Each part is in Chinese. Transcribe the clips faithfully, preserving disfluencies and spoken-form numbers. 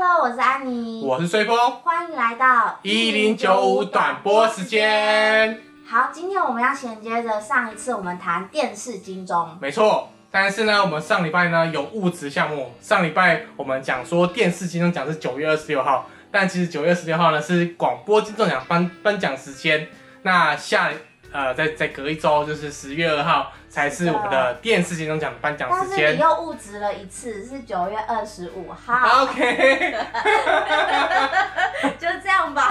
Hello， 我是安妮， 我是吹风， 欢迎来到一零九五短波时间。 好，今天我们要衔接着上一次我们谈电视金钟， 没错。但是呢，我们上礼拜呢有物质项目，上礼拜我们讲说电视金钟奖是九月二十六号，但其实九月二十六号呢是广播金钟奖颁颁奖时间。那下呃再再隔一周就是十月二号才是我们的电视金钟奖颁奖时间。 但是你又物质了一次，是九月二十五号。 OK， 就这样吧。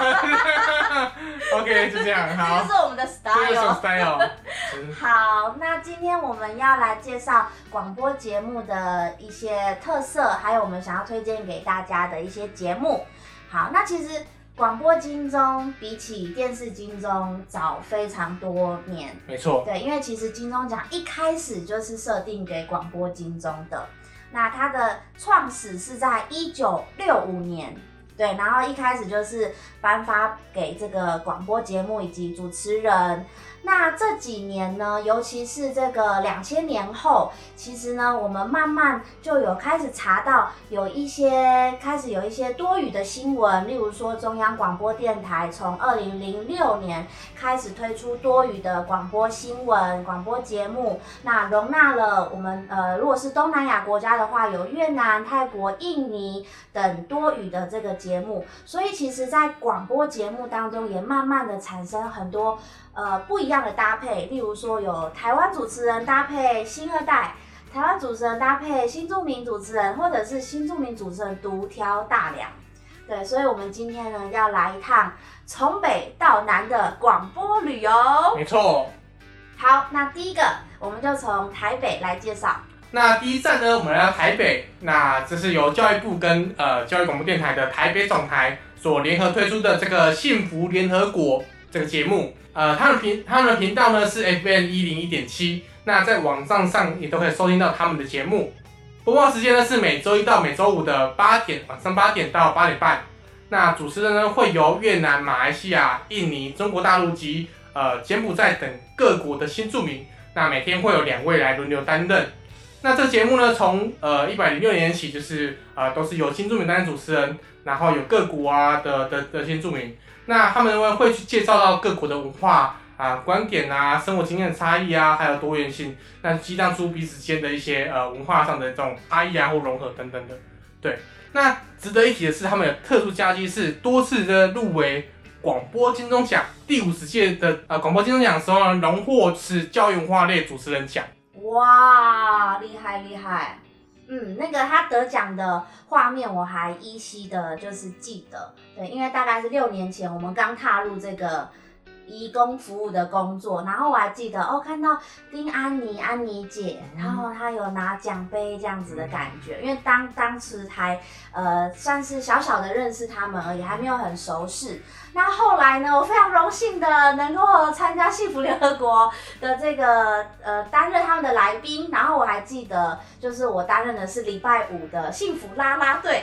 OK， 就这样，好。 这就是我们的 style。 这就是 style。 好，那今天我们要来介绍广播节目的一些特色，还有我们想要推荐给大家的一些节目。好，那其实广播金钟比起电视金钟早非常多年， 没错。 对，因为其实金钟奖一开始就是设定给广播金钟的，那它的创始是在一九六五年。对，然后一开始就是颁发给这个广播节目以及主持人。那这几年呢，尤其是这个两千年后，其实呢，我们慢慢就有开始查到有一些开始有一些多语的新闻，例如说中央广播电台从二零零六年开始推出多语的广播新闻广播节目，那容纳了我们呃，如果是东南亚国家的话，有越南、泰国、印尼等多语的这个节目，所以其实在广播节目当中也慢慢的产生很多呃不一样的搭配，例如说有台湾主持人搭配新二代，台湾主持人搭配新住民主持人，或者是新住民主持人独挑大梁。对，所以我们今天呢要来一趟从北到南的广播旅游。 没错。 好，那第一个我们就从台北来介绍。 那第一站呢，我们来到台北，那这是由教育部跟呃教育广播电台的台北总台所联合推出的这个幸福联合国这个节目。呃，他们频他们的频道呢是 F M 一零一点七，那在网站上也都可以收听到他们的节目。播报时间呢是每周一到每周五的八点，晚上八点到八点半。那主持人呢会由越南、马来西亚、印尼、中国大陆及呃柬埔寨等各国的新住民，那每天会有两位来轮流担任。那这个节目呢，从呃一百零六年起，就是呃都是由新住民担任主持人，然后有各国啊的的的新住民，那他们会去介绍到各国的文化啊、观点啊、生活经验的差异啊，还有多元性，那激荡出彼此间的一些呃文化上的这种差异啊或融合等等的。对，那值得一提的是，他们有特殊佳绩是多次的入围广播金钟奖第五十届的呃广播金钟奖的时候呢，荣获是教育文化类主持人奖。 哇，厉害厉害！嗯，那个他得奖的画面我还依稀的就是记得，对，因为大概是六年前我们刚踏入这个移工服务的工作，然后我还记得哦，看到丁安妮安妮姐，然后她有拿奖杯这样子的感觉，因为当当时还呃算是小小的认识他们而已，还没有很熟识。那后来呢，我非常荣幸的能够参加幸福联合国的这个呃担任他们的来宾，然后我还记得就是我担任的是礼拜五的幸福啦啦队，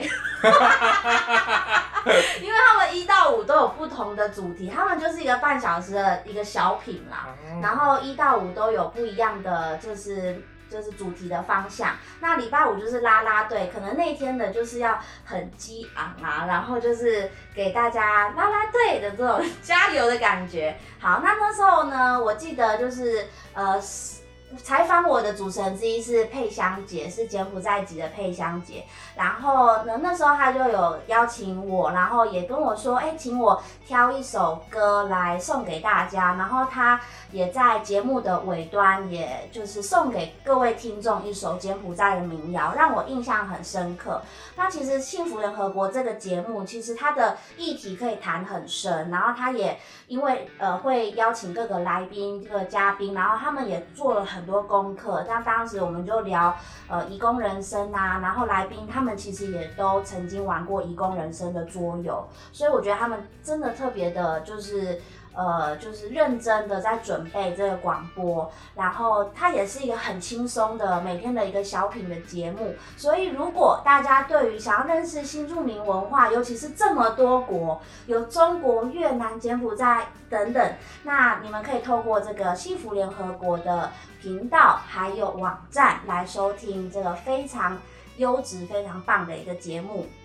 因为他们一到五都有不同的主题，他们就是一个半小时的一个小品啦，然后一到五都有不一样的就是就是主题的方向。那礼拜五就是啦啦队，可能那天的就是要很激昂啊，然后就是给大家啦啦队的这种加油的感觉。好，那那时候呢，我记得就是呃。采访我的主持人之一是佩香姐，是柬埔寨籍的佩香姐。然后呢，那时候她就有邀请我，然后也跟我说，哎，请我挑一首歌来送给大家。然后她也在节目的尾端，也就是送给各位听众一首柬埔寨的民谣，让我印象很深刻。那其实幸福联合国这个节目，其实它的议题可以谈很深，然后它也因为呃会邀请各个来宾、各个嘉宾，然后他们也做了很多功课。像当时我们就聊呃移工人生啊，然后来宾他们其实也都曾经玩过移工人生的桌游，所以我觉得他们真的特别的，就是呃，就是认真的在准备这个广播，然后它也是一个很轻松的每天的一个小品的节目。所以如果大家对于想要认识新住民文化，尤其是这么多国，有中国、越南、柬埔寨等等，那你们可以透过这个幸福联合国的频道还有网站来收听这个非常优质、非常棒的一个节目。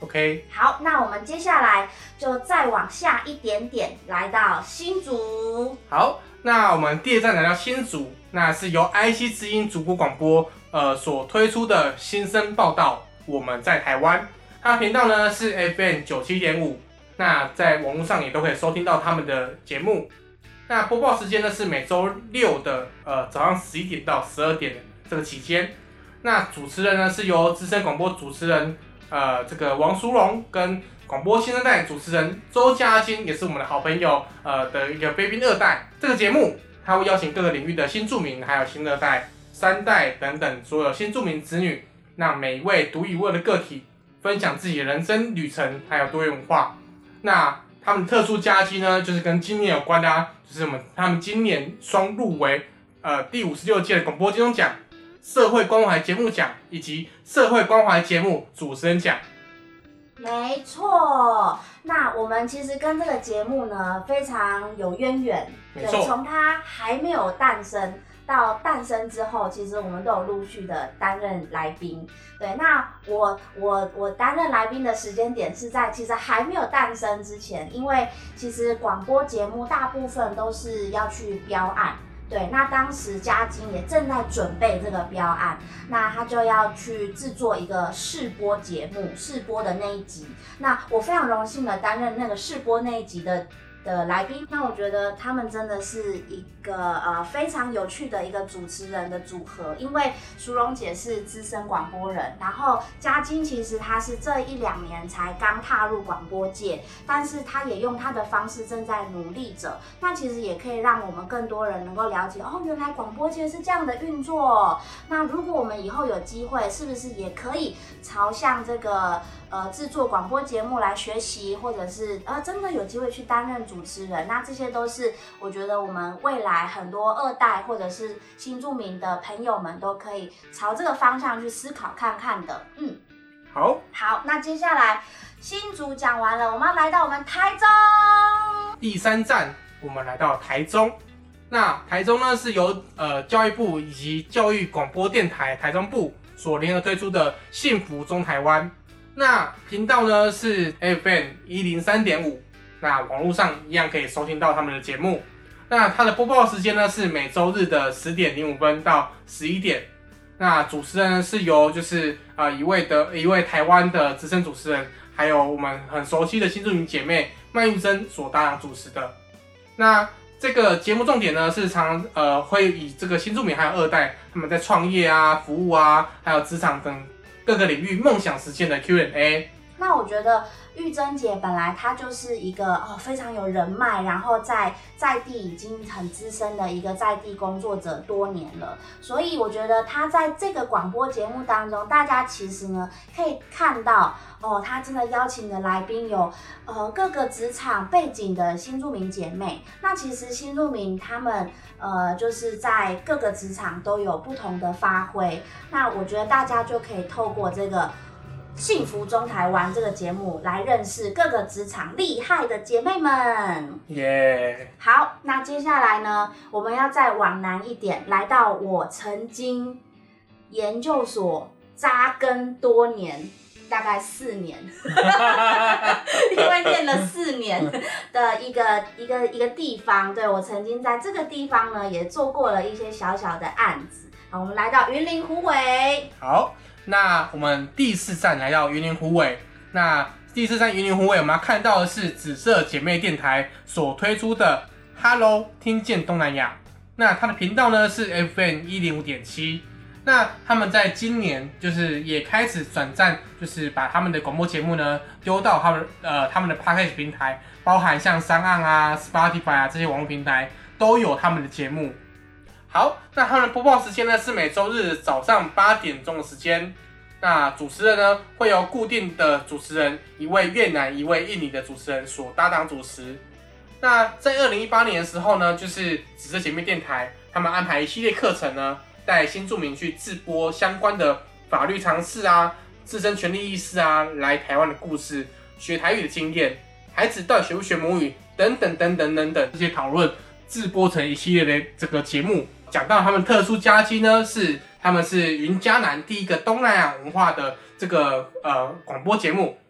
OK， 好，那我们接下来就再往下一点点，来到新竹。 好，那我们第二站来到新竹，那是由 I C 之音竹国广播呃所推出的新生报道，我们在台湾。它的频道呢是 F M 九七点五，那在网络上也都可以收听到他们的节目。那播报时间呢是每周六的呃早上十一点到十二点这个期间。那主持人呢是由资深广播主持人呃这个王淑荣跟广播新生代主持人周嘉金，也是我们的好朋友呃的一个菲律宾二代。这个节目他会邀请各个领域的新住民，还有新二代、三代等等所有新住民子女，那每一位独一无二的个体，分享自己的人生旅程，还有多元文化。那他们特殊佳绩呢，就是跟今年有关的啊，就是我们他们今年双入围呃第五十六届的广播金钟奖、社会关怀节目奖以及社会关怀节目主持人奖。 没错，那我们其实跟这个节目呢非常有渊源， 没错， 从它还没有诞生到诞生之后，其实我们都有陆续的担任来宾。对，那我我我担任来宾的时间点是在其实还没有诞生之前，因为其实广播节目大部分都是要去标案。对，那当时嘉金也正在准备这个标案，那他就要去制作一个试播节目，试播的那一集。那我非常荣幸的担任那个试播那一集的的来宾。那我觉得他们真的是一个呃非常有趣的一个主持人的组合，因为淑荣姐是资深广播人，然后嘉金其实她是这一两年才刚踏入广播界，但是她也用她的方式正在努力着。那其实也可以让我们更多人能够了解，哦，原来广播界是这样的运作。那如果我们以后有机会，是不是也可以朝向这个呃制作广播节目来学习，或者是呃真的有机会去担任主持人？那这些都是我觉得我们未来很多二代或者是新住民的朋友们都可以朝这个方向去思考看看的。嗯， 好， 好，那接下来新竹讲完了，我们要来到我们台中第三站，我们来到台中。那台中呢是由呃教育部以及教育广播电台台中部所联合推出的幸福中台湾。那频道呢是 F M 一零三点五，那网络上一样可以收听到他们的节目。那它的播报时间呢是每周日的十点零五分到十一点。那主持人是由就是呃一位的一位台湾的资深主持人，还有我们很熟悉的新住民姐妹麦玉珍所搭档主持的。那这个节目重点呢是常呃会以这个新住民还有二代他们在创业啊、服务啊，还有职场等各个领域梦想实现的 Q and A。 那我觉得玉珍姐本来她就是一个哦非常有人脉，然后在在地已经很资深的一个在地工作者多年了，所以我觉得她在这个广播节目当中，大家其实呢可以看到哦，她真的邀请的来宾有呃各个职场背景的新住民姐妹。那其实新住民他们呃就是在各个职场都有不同的发挥，那我觉得大家就可以透过这个幸福中台湾这个节目来认识各个职场厉害的姐妹们。 耶、 yeah. 好，那接下来呢，我们要再往南一点，来到我曾经研究所扎根多年，大概四年，因为念了四年的一个一个一个地方。对，我曾经在这个地方呢，也做过了一些小小的案子。好，我们来到云林虎尾。 好。那我们第四站来到云林虎尾，那第四站云林虎尾，我们要看到的是紫色姐妹电台所推出的 Hello 听见东南亚。那它的频道呢是 F M 一零五点七。那他们在今年就是也开始转战，就是把他们的广播节目呢丢到他们呃他们的 Podcast 平台，包含像三岸啊、Spotify 啊这些网络平台都有他们的节目。好，那他们的播报时间呢是每周日早上八点钟的时间。那主持人呢会由固定的主持人，一位越南、一位印尼的主持人所搭档主持。那在二零一八年的时候呢，就是紫色姐妹电台他们安排一系列课程呢，带新住民去直播相关的法律常识啊、自身权利意识啊、来台湾的故事、学台语的经验、孩子到底学不学母语等等等等等等这些讨论，直播成一系列的这个节目。讲到他们特殊佳绩呢，是他们是云嘉南第一个东南亚文化的这个呃广播节目，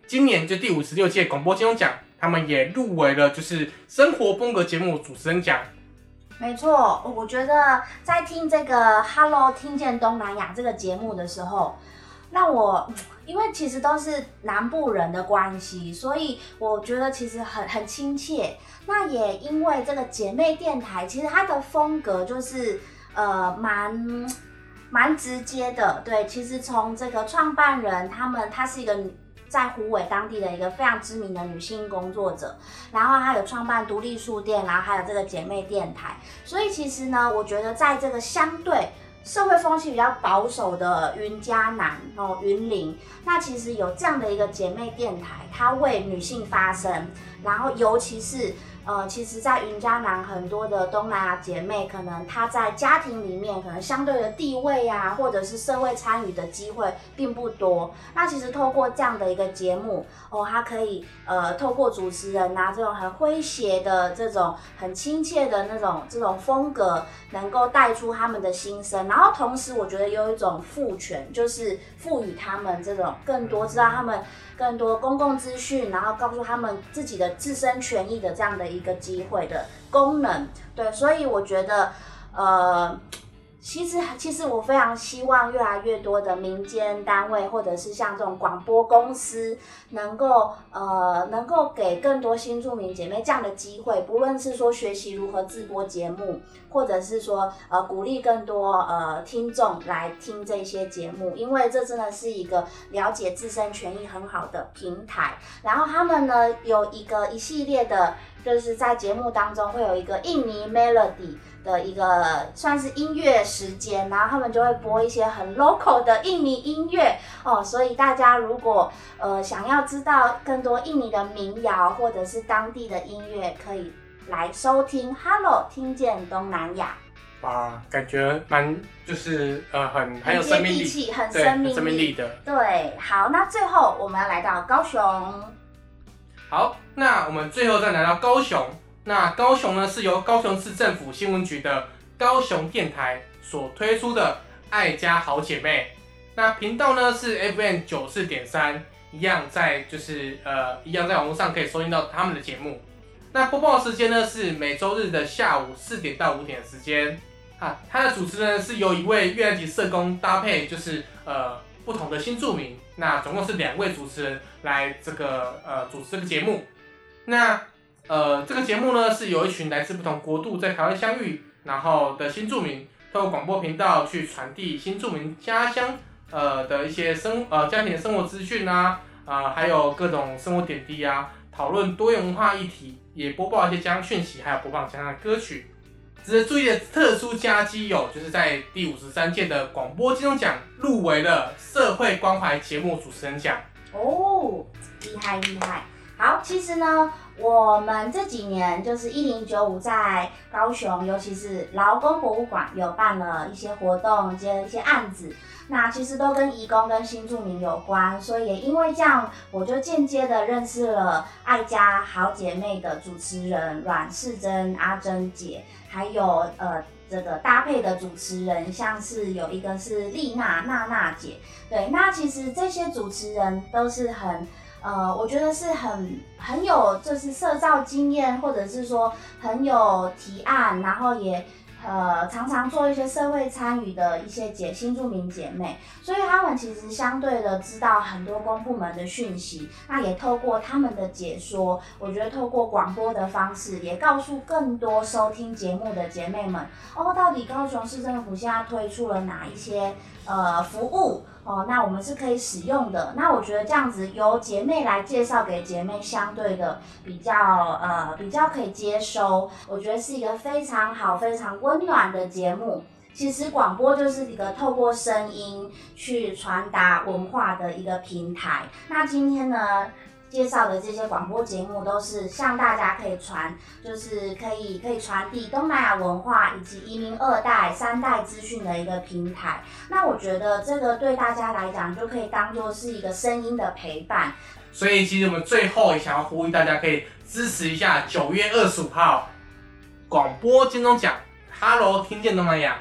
今年就第五十六届广播金钟奖，他们也入围了就是生活风格节目主持人奖。 没错，我觉得在听这个 Hello 听见东南亚这个节目的时候，让我因为其实都是南部人的关系，所以我觉得其实很很亲切。那也因为这个姐妹电台，其实它的风格就是呃蛮蛮直接的。对，其实从这个创办人他们，她是一个在虎尾当地的一个非常知名的女性工作者，然后她有创办独立书店，然后还有这个姐妹电台。所以其实呢，我觉得在这个相对社会风气比较保守的云嘉南哦，云林，那其实有这样的一个姐妹电台，它为女性发声，然后尤其是呃，其实，在云嘉南很多的东南亚姐妹，可能她在家庭里面可能相对的地位啊，或者是社会参与的机会并不多。那其实透过这样的一个节目哦，她可以呃，透过主持人啊这种很诙谐的这种很亲切的那种这种风格，能够带出他们的心声。然后同时，我觉得有一种赋权，就是赋予他们这种更多知道他们更多公共资讯，然后告诉他们自己的自身权益的这样的一个机会的功能。对，所以我觉得，呃，其实其实我非常希望越来越多的民间单位，或者是像这种广播公司，能够呃能够给更多新住民姐妹这样的机会，不论是说学习如何制播节目，或者是说呃鼓励更多呃听众来听这些节目，因为这真的是一个了解自身权益很好的平台。然后他们呢有一个一系列的，就是在节目当中会有一个印尼 melody 的一个算是音乐时间，然后他们就会播一些很 local 的印尼音乐哦，所以大家如果呃想要知道更多印尼的民谣或者是当地的音乐，可以来收听 Hello 听见东南亚。 哇，感觉蛮就是呃很很有生命力， 很生命力， 生命力的。 对，好，那最后我们要来到高雄。 好，那我们最后再来到高雄。那高雄呢是由高雄市政府新闻局的高雄电台所推出的爱家好姐妹。那频道呢是 F M 九四点三，一样在就是呃一样在网络上可以收听到他们的节目。那播报时间呢是每周日的下午四点到五点的时间。啊，它的主持人是由一位越南籍社工搭配就是呃不同的新住民，那总共是两位主持人来这个呃主持这个节目。那呃这个节目呢是有一群来自不同国度在台湾相遇，然后的新住民，透过广播频道去传递新住民家乡呃的一些生呃家庭的生活资讯啊，啊、呃、还有各种生活点滴啊，讨论多元文化议题，也播报一些家乡讯息，还有播放家乡的歌曲。值得注意的特殊佳绩有，就是在第五十三届的广播金钟奖入围了社会关怀节目主持人奖。 哦，厉害厉害！好，其实呢，我们这几年就是一零九五在高雄，尤其是劳工博物馆有办了一些活动，接了一些案子。那其实都跟移工跟新住民有关，所以也因为这样，我就间接的认识了爱家好姐妹的主持人阮世珍阿珍姐，还有呃这个搭配的主持人，像是有一个是丽娜娜娜姐，对，那其实这些主持人都是很呃，我觉得是很很有就是社造经验，或者是说很有提案，然后也。呃，常常做一些社会参与的一些姐新住民姐妹，所以他们其实相对的知道很多公部门的讯息，那也透过他们的解说，我觉得透过广播的方式，也告诉更多收听节目的姐妹们，哦，到底高雄市政府现在推出了哪一些呃服务哦，那我们是可以使用的。那我觉得这样子由姐妹来介绍给姐妹，相对的比较呃比较可以接收，我觉得是一个非常好、非常温暖的节目。其实广播就是一个透过声音去传达文化的一个平台。那今天呢？介绍的这些广播节目都是向大家可以传，就是可以可以传递东南亚文化以及移民二代、三代资讯的一个平台。那我觉得这个对大家来讲，就可以当作是一个声音的陪伴。 所以其实我们最后也想要呼吁大家，可以支持一下九月二十五号广播金钟奖 ，Hello 听见东南亚。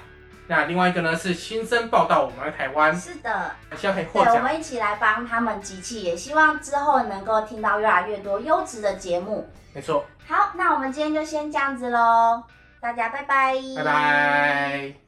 那另外一个呢是新生报道我们的台湾， 是的， 希望可以获对，我奖。 们一起来帮他们集气，也希望之后能够听到越来越多优质的节目。 没错， 好，那我们今天就先这样子喽，大家拜拜， 拜拜。